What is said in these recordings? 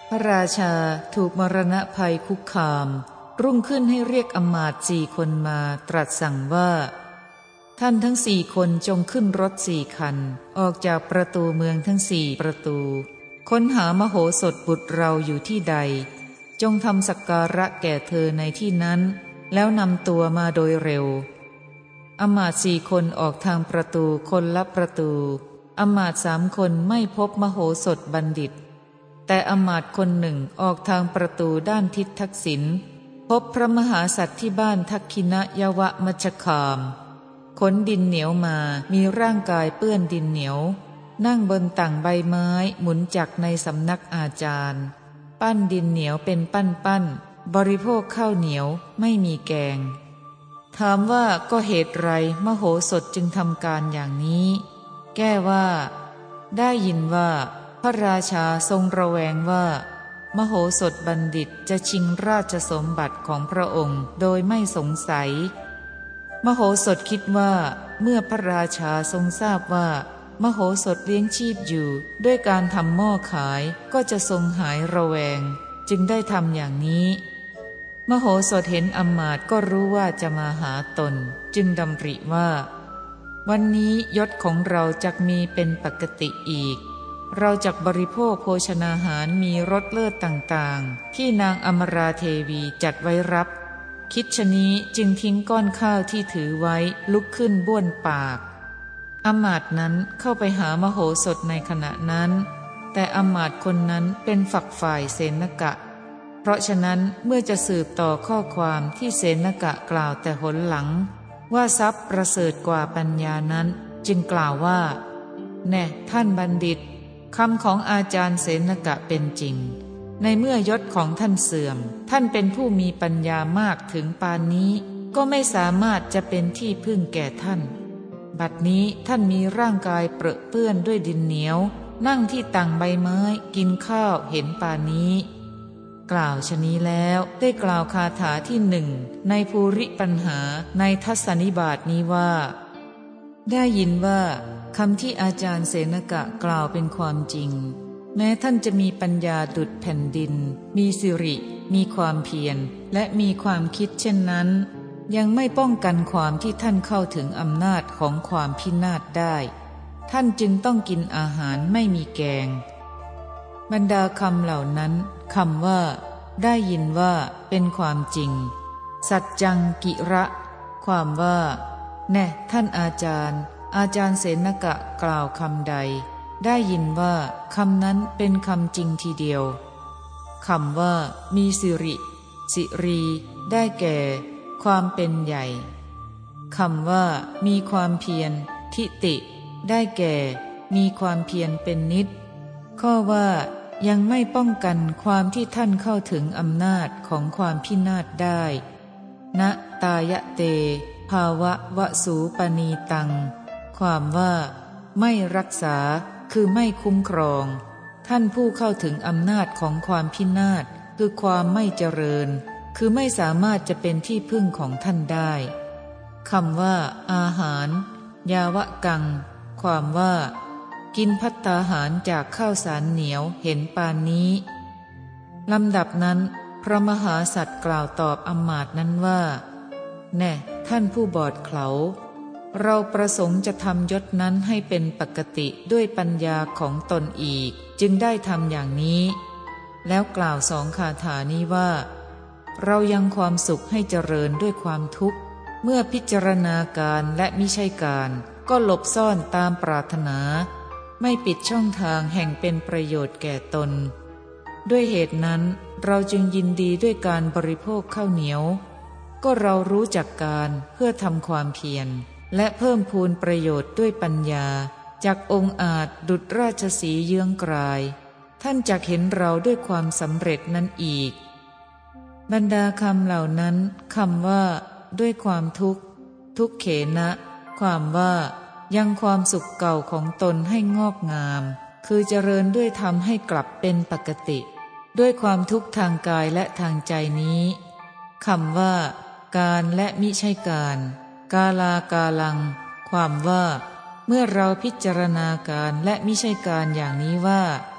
พระราชาถูกมรณะภัยคุกคามรุ่งขึ้นให้เรียกอมาตย์4 คนมาตรัสสั่งว่าท่านทั้ง4 คนจงขึ้นรถ4 คันออกจากประตูเมืองทั้ง4 ประตูค้นหามโหสถบุตรเราอยู่ที่ใดจงทำสักการะแก่เธอในที่นั้นแล้วนำตัวมาโดยเร็วอมาตย์4 คนออกทางประตูคนละประตูอมาตย์3 คนไม่พบมโหสถบัณฑิตแต่อมาตย์คนหนึ่งออกทางประตูด้านทิศทักษิณพบพระมหาสัตว์ที่บ้านทักขินะยวะมัชฌคามขนดินเหนียวมามีร่างกายเปื้อนดินเหนียวนั่งบนต่างใบไม้หมุนจักในสำนักอาจารย์ปั้นดินเหนียวเป็นปั้นบริโภคข้าวเหนียวไม่มีแกงถามว่าก็เหตุไรมโหสถจึงทำการอย่างนี้แก้ว่าได้ยินว่าพระราชาทรงระแวงว่ามโหสถบัณฑิตจะชิงราชสมบัติของพระองค์โดยไม่สงสัยมโหสถคิดว่าเมื่อพระราชาทรงทราบว่ามโหสถเลี้ยงชีพอยู่ด้วยการทำหม้อขายก็จะทรงหายระแวงจึงได้ทำอย่างนี้มโหสถเห็นอำมาตย์ก็รู้ว่าจะมาหาตนจึงดำริว่าวันนี้ยศของเราจักมีเป็นปกติอีกเราจักบริโภคโภชนาหารมีรสเลิศต่างๆที่นางอมราเทวีจัดไว้รับคิดชะนี้จึงทิ้งก้อนข้าวที่ถือไว้ลุกขึ้นบ้วนปากอมาตย์นั้นเข้าไปหามโหสถในขณะนั้นแต่อมาตย์คนนั้นเป็นฝักฝ่ายเสนกะเพราะฉะนั้นเมื่อจะสืบต่อข้อความที่เสนกะกล่าวแต่หนหลังว่าทรัพย์ประเสริฐกว่าปัญญานั้นจึงกล่าวว่าแน่ท่านบัณฑิตคำของอาจารย์เสนกะเป็นจริงในเมื่อยศของท่านเสื่อมท่านเป็นผู้มีปัญญามากถึงปานนี้ก็ไม่สามารถจะเป็นที่พึ่งแก่ท่านบัดนี้ท่านมีร่างกายเปรอะเปื้อนด้วยดินเหนียวนั่งที่ต่างใบไม้กินข้าวเห็นปานนี้กล่าวชะนี้แล้วได้กล่าวคาถาที่1ในภูริปัญหาในทัศนิบาตนี้ว่าได้ยินว่าคำที่อาจารย์เสนกะกล่าวเป็นความจริงแม้ท่านจะมีปัญญาดุจแผ่นดินมีสิริมีความเพียรและมีความคิดเช่นนั้นยังไม่ป้องกันความที่ท่านเข้าถึงอำนาจของความพินาศได้ท่านจึงต้องกินอาหารไม่มีแกงบรรดาคำเหล่านั้นคำว่าได้ยินว่าเป็นความจริงสัจจังกิระความว่าแน่ท่านอาจารย์เสนกะกล่าวคำใดได้ยินว่าคำนั้นเป็นคำจริงทีเดียวคำว่ามีสิริได้แก่ความเป็นใหญ่คำว่ามีความเพียรทิติได้แก่มีความเพียรเป็นนิจข้อว่ายังไม่ป้องกันความที่ท่านเข้าถึงอำนาจของความพินาศได้ณตายะเตภาวะวสูปนีตังความว่าไม่รักษาคือไม่คุ้มครองท่านผู้เข้าถึงอำนาจของความพินาศคือความไม่เจริญคือไม่สามารถจะเป็นที่พึ่งของท่านได้คำว่าอาหารยาวะกังความว่ากินภัตตาหารจากข้าวสารเหนียวเห็นปานนี้ลำดับนั้นพระมหาสัตว์กล่าวตอบอมาตย์นั้นว่าแน่ท่านผู้บอดเขลาเราประสงค์จะทำยศนั้นให้เป็นปกติด้วยปัญญาของตนอีกจึงได้ทำอย่างนี้แล้วกล่าว2 คาถานี้ว่าเรายังความสุขให้เจริญด้วยความทุกข์เมื่อพิจารณาการและมิใช่การก็หลบซ่อนตามปรารถนาไม่ปิดช่องทางแห่งเป็นประโยชน์แก่ตนด้วยเหตุนั้นเราจึงยินดีด้วยการบริโภคข้าวเหนียวก็เรารู้จักการเพื่อทำความเพียรและเพิ่มพูนประโยชน์ด้วยปัญญาจากองค์อาจดุจราชสีห์เยื้องกรายท่านจักเห็นเราด้วยความสำเร็จนั้นอีกบรรดาคำเหล่านั้นคำว่าด้วยความทุกข์ทุกเขนะความว่ายังความสุขเก่าของตนให้งอกงามคือเจริญด้วยธรรมให้กลับเป็นปกติด้วยความทุกข์ทางกายและทางใจนี้คำว่าการและมิใช่การกาลากาลังความว่าเมื่อเราพิจารณาการและมิใช่การอย่างนี้ว่า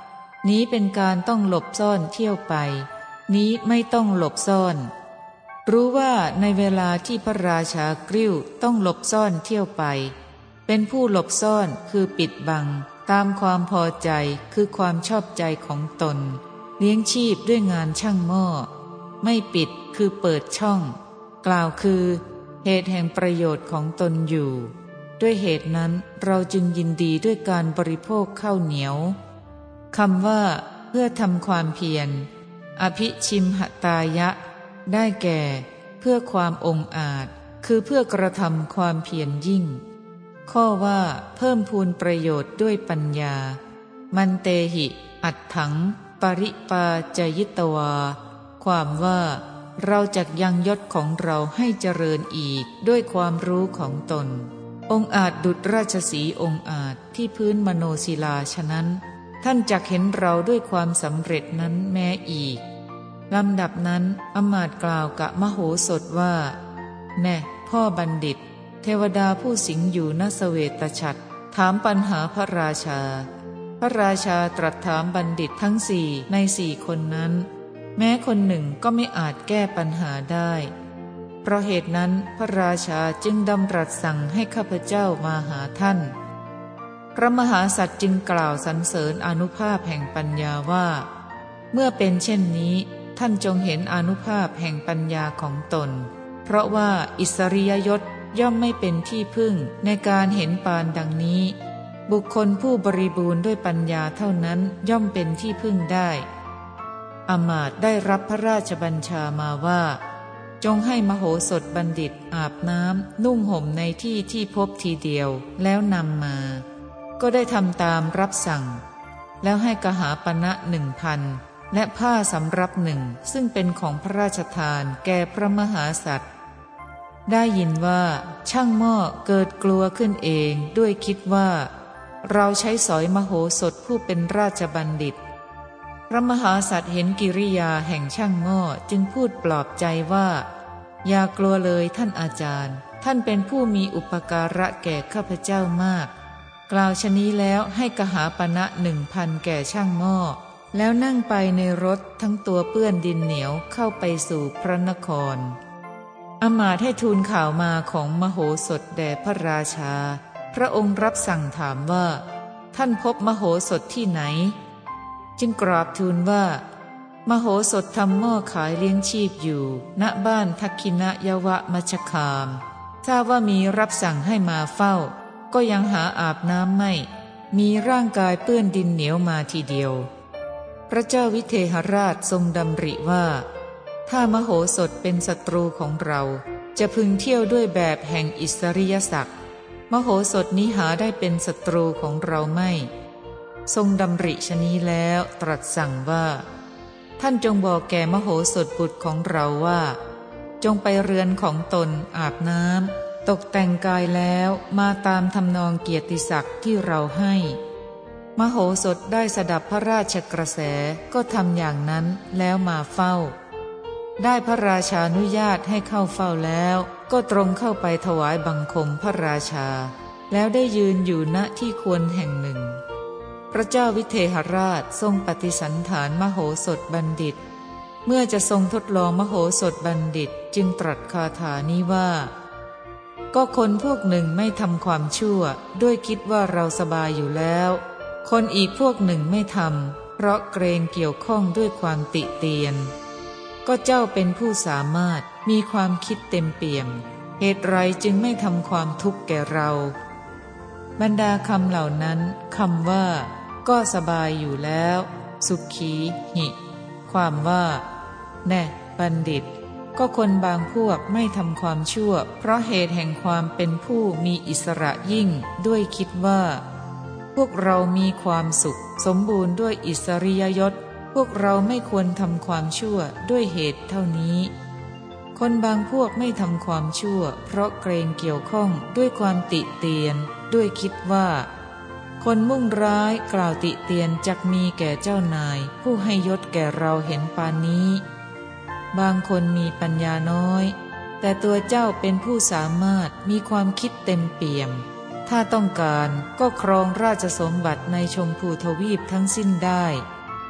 นี้เป็นการต้องหลบซ่อนเที่ยวไปนี้ไม่ต้องหลบซ่อนรู้ว่าในเวลาที่พระราชากริ้วต้องหลบซ่อนเที่ยวไปเป็นผู้หลบซ่อนคือปิดบังตามความพอใจคือความชอบใจของตนเลี้ยงชีพด้วยงานช่างหม้อไม่ปิดคือเปิดช่องกล่าวคือเหตุแห่งประโยชน์ของตนอยู่ด้วยเหตุนั้นเราจึงยินดีด้วยการบริโภคข้าวเหนียวคำว่าเพื่อทำความเพียรอภิชิมหตายะได้แก่เพื่อความองอาจคือเพื่อกระทำความเพียรยิ่งข้อว่าเพิ่มพูนประโยชน์ด้วยปัญญามันเตหิอัตถังปริปาจยิตวาความว่าเราจักยังยศของเราให้เจริญอีกด้วยความรู้ของตนองค์อาจดุจราชสีห์องค์อาจที่พื้นมโนศิลาฉะนั้นท่านจักเห็นเราด้วยความสำเร็จนั้นแม้อีกลำดับนั้นอมาตย์กล่าวกับมโหสถว่าแน่พ่อบัณฑิตเทวดาผู้สิงอยู่ณเสวตฉัตรถามปัญหาพระราชาพระราชาตรัสถามบัณฑิตทั้งสี่ในสี่คนนั้นแม้คนหนึ่งก็ไม่อาจแก้ปัญหาได้เพราะเหตุนั้นพระราชาจึงดำรัสสั่งให้ข้าพเจ้ามาหาท่านพระมหาสัตว์จึงกล่าวสรรเสริญอานุภาพแห่งปัญญาว่าเมื่อเป็นเช่นนี้ท่านจงเห็นอานุภาพแห่งปัญญาของตนเพราะว่าอิสริยยศย่อมไม่เป็นที่พึ่งในการเห็นปานดังนี้บุคคลผู้บริบูรณ์ด้วยปัญญาเท่านั้นย่อมเป็นที่พึ่งได้อมาตย์ได้รับพระราชบัญชามาว่าจงให้มโหสถบัณฑิตอาบน้ำนุ่งห่มในที่ที่พบทีเดียวแล้วนำมาก็ได้ทำตามรับสั่งแล้วให้กหาปณะ1,000และผ้าสำรับหนึ่งซึ่งเป็นของพระราชทานแก่พระมหาสัตว์ได้ยินว่าช่างหม้อเกิดกลัวขึ้นเองด้วยคิดว่าเราใช้สอยมโหสถผู้เป็นราชบัณฑิตพระมหาสัตว์เห็นกิริยาแห่งช่างหม้อจึงพูดปลอบใจว่าอย่ากลัวเลยท่านอาจารย์ท่านเป็นผู้มีอุปการะแก่ข้าพเจ้ามากกล่าวชนี้แล้วให้กหาปณะ1,000แก่ช่างหม้อแล้วนั่งไปในรถทั้งตัวเปื้อนดินเหนียวเข้าไปสู่พระนครอมาตย์ให้ทูลข่าวมาของมโหสถแด่พระราชาพระองค์รับสั่งถามว่าท่านพบมโหสถที่ไหนจึงกราบทูลว่ามโหสถทำหม้อขายเลี้ยงชีพอยู่ณบ้านทักขินะยวะมัชคามทราบว่ามีรับสั่งให้มาเฝ้าก็ยังหาอาบน้ำไม่มีร่างกายเปื้อนดินเหนียวมาทีเดียวพระเจ้าวิเทหราชทรงดำริว่าถ้ามโหสถเป็นศัตรูของเราจะพึงเที่ยวด้วยแบบแห่งอิสริยศักดิ์มโหสถนี้หาได้เป็นศัตรูของเราไม่ทรงดำริชนี้แล้วตรัสสั่งว่าท่านจงบอกแก่มโหสถบุตรของเราว่าจงไปเรือนของตนอาบน้ำตกแต่งกายแล้วมาตามทำนองเกียรติศักดิ์ที่เราให้มโหสถได้สดับพระราชกระแสก็ทำอย่างนั้นแล้วมาเฝ้าได้พระราชานุญาตให้เข้าเฝ้าแล้วก็ตรงเข้าไปถวายบังคมพระราชาแล้วได้ยืนอยู่ณที่ควรแห่งหนึ่งพระเจ้าวิเทหราชทรงปฏิสันถานมโหสถบัณฑิตเมื่อจะทรงทดลองมโหสถบัณฑิตจึงตรัสคาถานี้ว่าก็คนพวกหนึ่งไม่ทำความชั่วด้วยคิดว่าเราสบายอยู่แล้วคนอีกพวกหนึ่งไม่ทำเพราะเกรงเกี่ยวข้องด้วยความติเตียนก็เจ้าเป็นผู้สามารถมีความคิดเต็มเปี่ยมเหตุไรจึงไม่ทำความทุกข์แก่เราบรรดาคำเหล่านั้นคำว่าก็สบายอยู่แล้วสุขีหิความว่าแน่บัณฑิตก็คนบางพวกไม่ทำความชั่วเพราะเหตุแห่งความเป็นผู้มีอิสระยิ่งด้วยคิดว่าพวกเรามีความสุขสมบูรณ์ด้วยอิสริยยศพวกเราไม่ควรทำความชั่วด้วยเหตุเท่านี้คนบางพวกไม่ทำความชั่วเพราะเกรงเกี่ยวข้องด้วยความติเตียนด้วยคิดว่าคนมุ่งร้ายกล่าวติเตียนจักมีแก่เจ้านายผู้ให้ยศแก่เราเห็นปานนี้บางคนมีปัญญาน้อยแต่ตัวเจ้าเป็นผู้สามารถมีความคิดเต็มเปี่ยมถ้าต้องการก็ครองราชสมบัติในชมพูทวีปทั้งสิ้นได้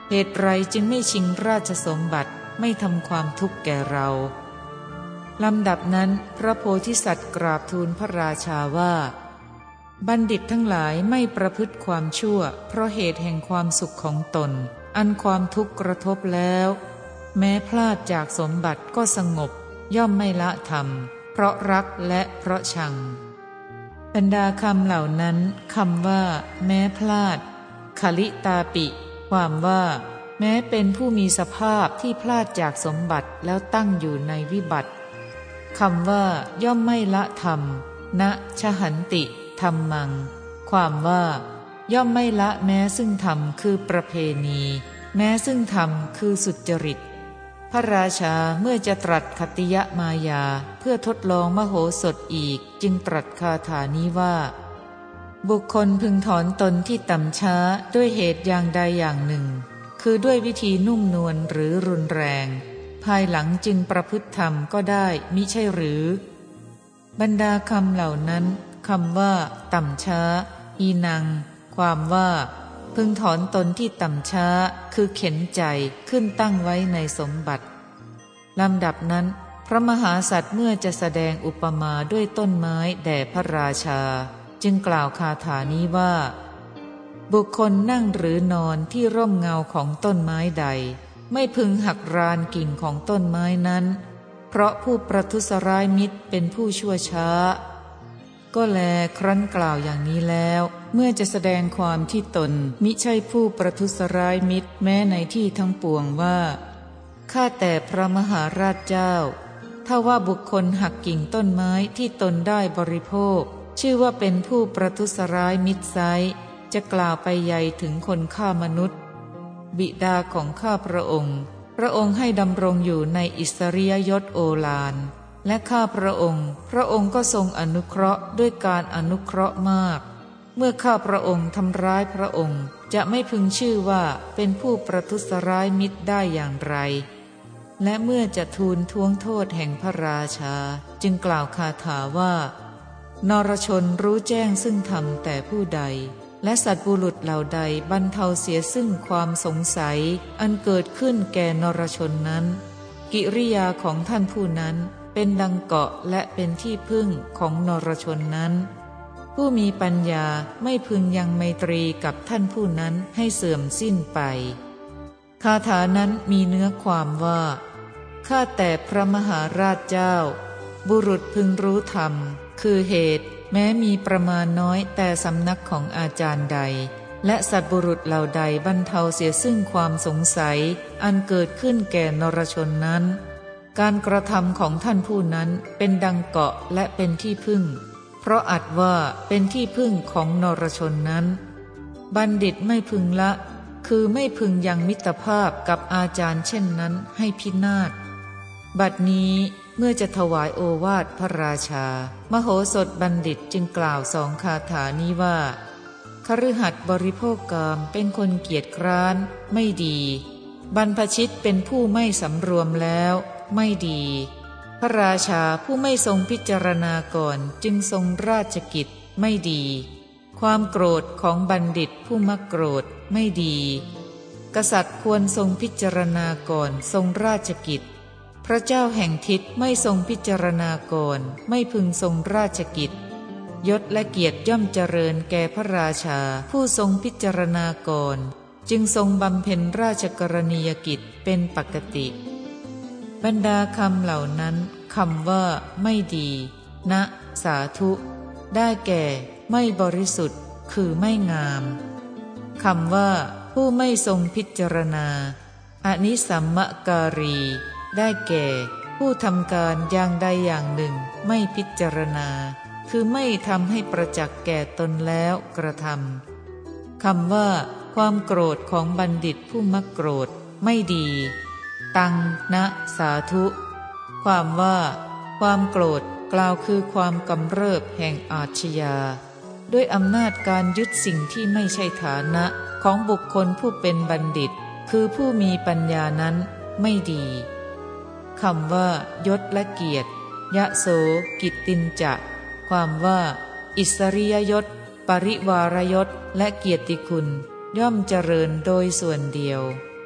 เหตุไรจึงไม่ชิงราชสมบัติไม่ทำความทุกข์แก่เราลำดับนั้นพระโพธิสัตว์กราบทูลพระราชาว่าบัณฑิตทั้งหลายไม่ประพฤติความชั่วเพราะเหตุแห่งความสุขของตนอันความทุกข์กระทบแล้วแม้พลาดจากสมบัติก็สงบย่อมไม่ละธรรมเพราะรักและเพราะชังบรรดาคำเหล่านั้นคำว่าแม้พลาดขลิตาปิความว่าแม้เป็นผู้มีสภาพที่พลาดจากสมบัติแล้วตั้งอยู่ในวิบัติคำว่าย่อมไม่ละธรรมณชหันติธรรมังความว่าย่อมไม่ละแม้ซึ่งธรรมคือประเพณีแม้ซึ่งธรรมคือสุจริตพระราชาเมื่อจะตรัสคติยมายาเพื่อทดลองมโหสถอีกจึงตรัสคาถานี้ว่าบุคคลพึงถอนตนที่ต่ำช้าด้วยเหตุอย่างใดอย่างหนึ่งคือด้วยวิธีนุ่มนวลหรือรุนแรงภายหลังจึงประพฤติธรรมก็ได้มิใช่หรือบรรดาคำเหล่านั้นคำว่าต่ำช้าอีนังความว่าพึงถอนตนที่ต่ำช้าคือเข็นใจขึ้นตั้งไว้ในสมบัติลำดับนั้นพระมหาสัตว์เมื่อจะแสดงอุปมาด้วยต้นไม้แด่พระราชาจึงกล่าวคาถานี้ว่าบุคคลนั่งหรือนอนที่ร่มเงาของต้นไม้ใดไม่พึงหักรานกิ่งของต้นไม้นั้นเพราะผู้ประทุษร้ายมิตรเป็นผู้ชั่วช้าก็แลครั้นกล่าวอย่างนี้แล้วเมื่อจะแสดงความที่ตนมิใช่ผู้ประทุษร้ายมิตรแม้ในที่ทั้งปวงว่าข้าแต่พระมหาราชเจ้าถ้าว่าบุคคลหักกิ่งต้นไม้ที่ตนได้บริโภคชื่อว่าเป็นผู้ประทุษร้ายมิตรไซร้จะกล่าวไปใหญ่ถึงคนฆ่ามนุษย์บิดาของข้าพระองค์ให้ดำรงอยู่ในอิสริยยศโอฬารและข้าพระองค์ก็ทรงอนุเคราะห์ด้วยการอนุเคราะห์มากเมื่อข้าพระองค์ทำร้ายพระองค์จะไม่พึงชื่อว่าเป็นผู้ประทุษร้ายมิตรได้อย่างไรและเมื่อจะทูลท้วงโทษแห่งพระราชาจึงกล่าวคาถาว่านรชนรู้แจ้งซึ่งธรรมแต่ผู้ใดและสัตว์บุรุษเหล่าใดบรรเทาเสียซึ่งความสงสัยอันเกิดขึ้นแก่นรชนนั้นกิริยาของท่านผู้นั้นเป็นดังเกาะและเป็นที่พึ่งของนรชนนั้นผู้มีปัญญาไม่พึงยังไมตรีกับท่านผู้นั้นให้เสื่อมสิ้นไปคาถานั้นมีเนื้อความว่าข้าแต่พระมหาราชเจ้าบุรุษพึงรู้ธรรมคือเหตุแม้มีประมาณน้อยแต่สำนักของอาจารย์ใดและสัตว์บุรุษเหล่าใดบรรเทาเสียซึ่งความสงสัยอันเกิดขึ้นแก่นรชนนั้นการกระทำของท่านผู้นั้นเป็นดังเกาะและเป็นที่พึ่งเพราะอัดว่าเป็นที่พึ่งของนรชนนั้นบัณฑิตไม่พึงละคือไม่พึงยังมิตรภาพกับอาจารย์เช่นนั้นให้พินาศบัดนี้เมื่อจะถวายโอวาทพระราชามโหสถบัณฑิตจึงกล่าวสองคาถานี้ว่าคฤหัสถ์บริโภคกามเป็นคนเกียจคร้านไม่ดีบรรพชิตเป็นผู้ไม่สำรวมแล้วไม่ดีพระราชาผู้ไม่ทรงพิจารณาก่อนจึงทรงราชกิจไม่ดีความโกรธของบัณฑิตผู้มักโกรธไม่ดีกษัตริย์ควรทรงพิจารณาก่อนทรงราชกิจพระเจ้าแห่งทิศไม่ทรงพิจารณาก่อนไม่พึงทรงราชกิจยศและเกียรติย่อมเจริญแก่พระราชาผู้ทรงพิจารณาก่อนจึงทรงบำเพ็ญราชกรณียกิจเป็นปกติบรรดาคำเหล่านั้นคำว่าไม่ดีนะสาธุได้แก่ไม่บริสุทธิ์คือไม่งามคำว่าผู้ไม่ทรงพิจารณาอนิสัมมการีได้แก่ผู้ทำการอย่างใดอย่างหนึ่งไม่พิจารณาคือไม่ทำให้ประจักษ์แก่ตนแล้วกระทำคำว่าความโกรธของบัณฑิตผู้มักโกรธไม่ดีตังนะสาธุความว่าความโกรธกล่าวคือความกำเริบแห่งอาชญาด้วยอำนาจการยึดสิ่งที่ไม่ใช่ฐานะของบุคคลผู้เป็นบัณฑิตคือผู้มีปัญญานั้นไม่ดีคำว่ายศและเกียรติยะโสกิตตินจะความว่าอิสริยยศปริวารยศและเกียรติคุณย่อมเจริญโดยส่วนเดียว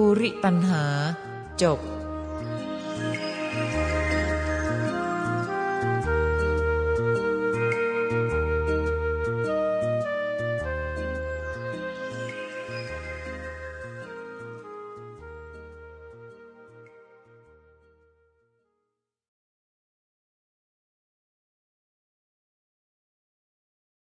ภูริปัญหาจบ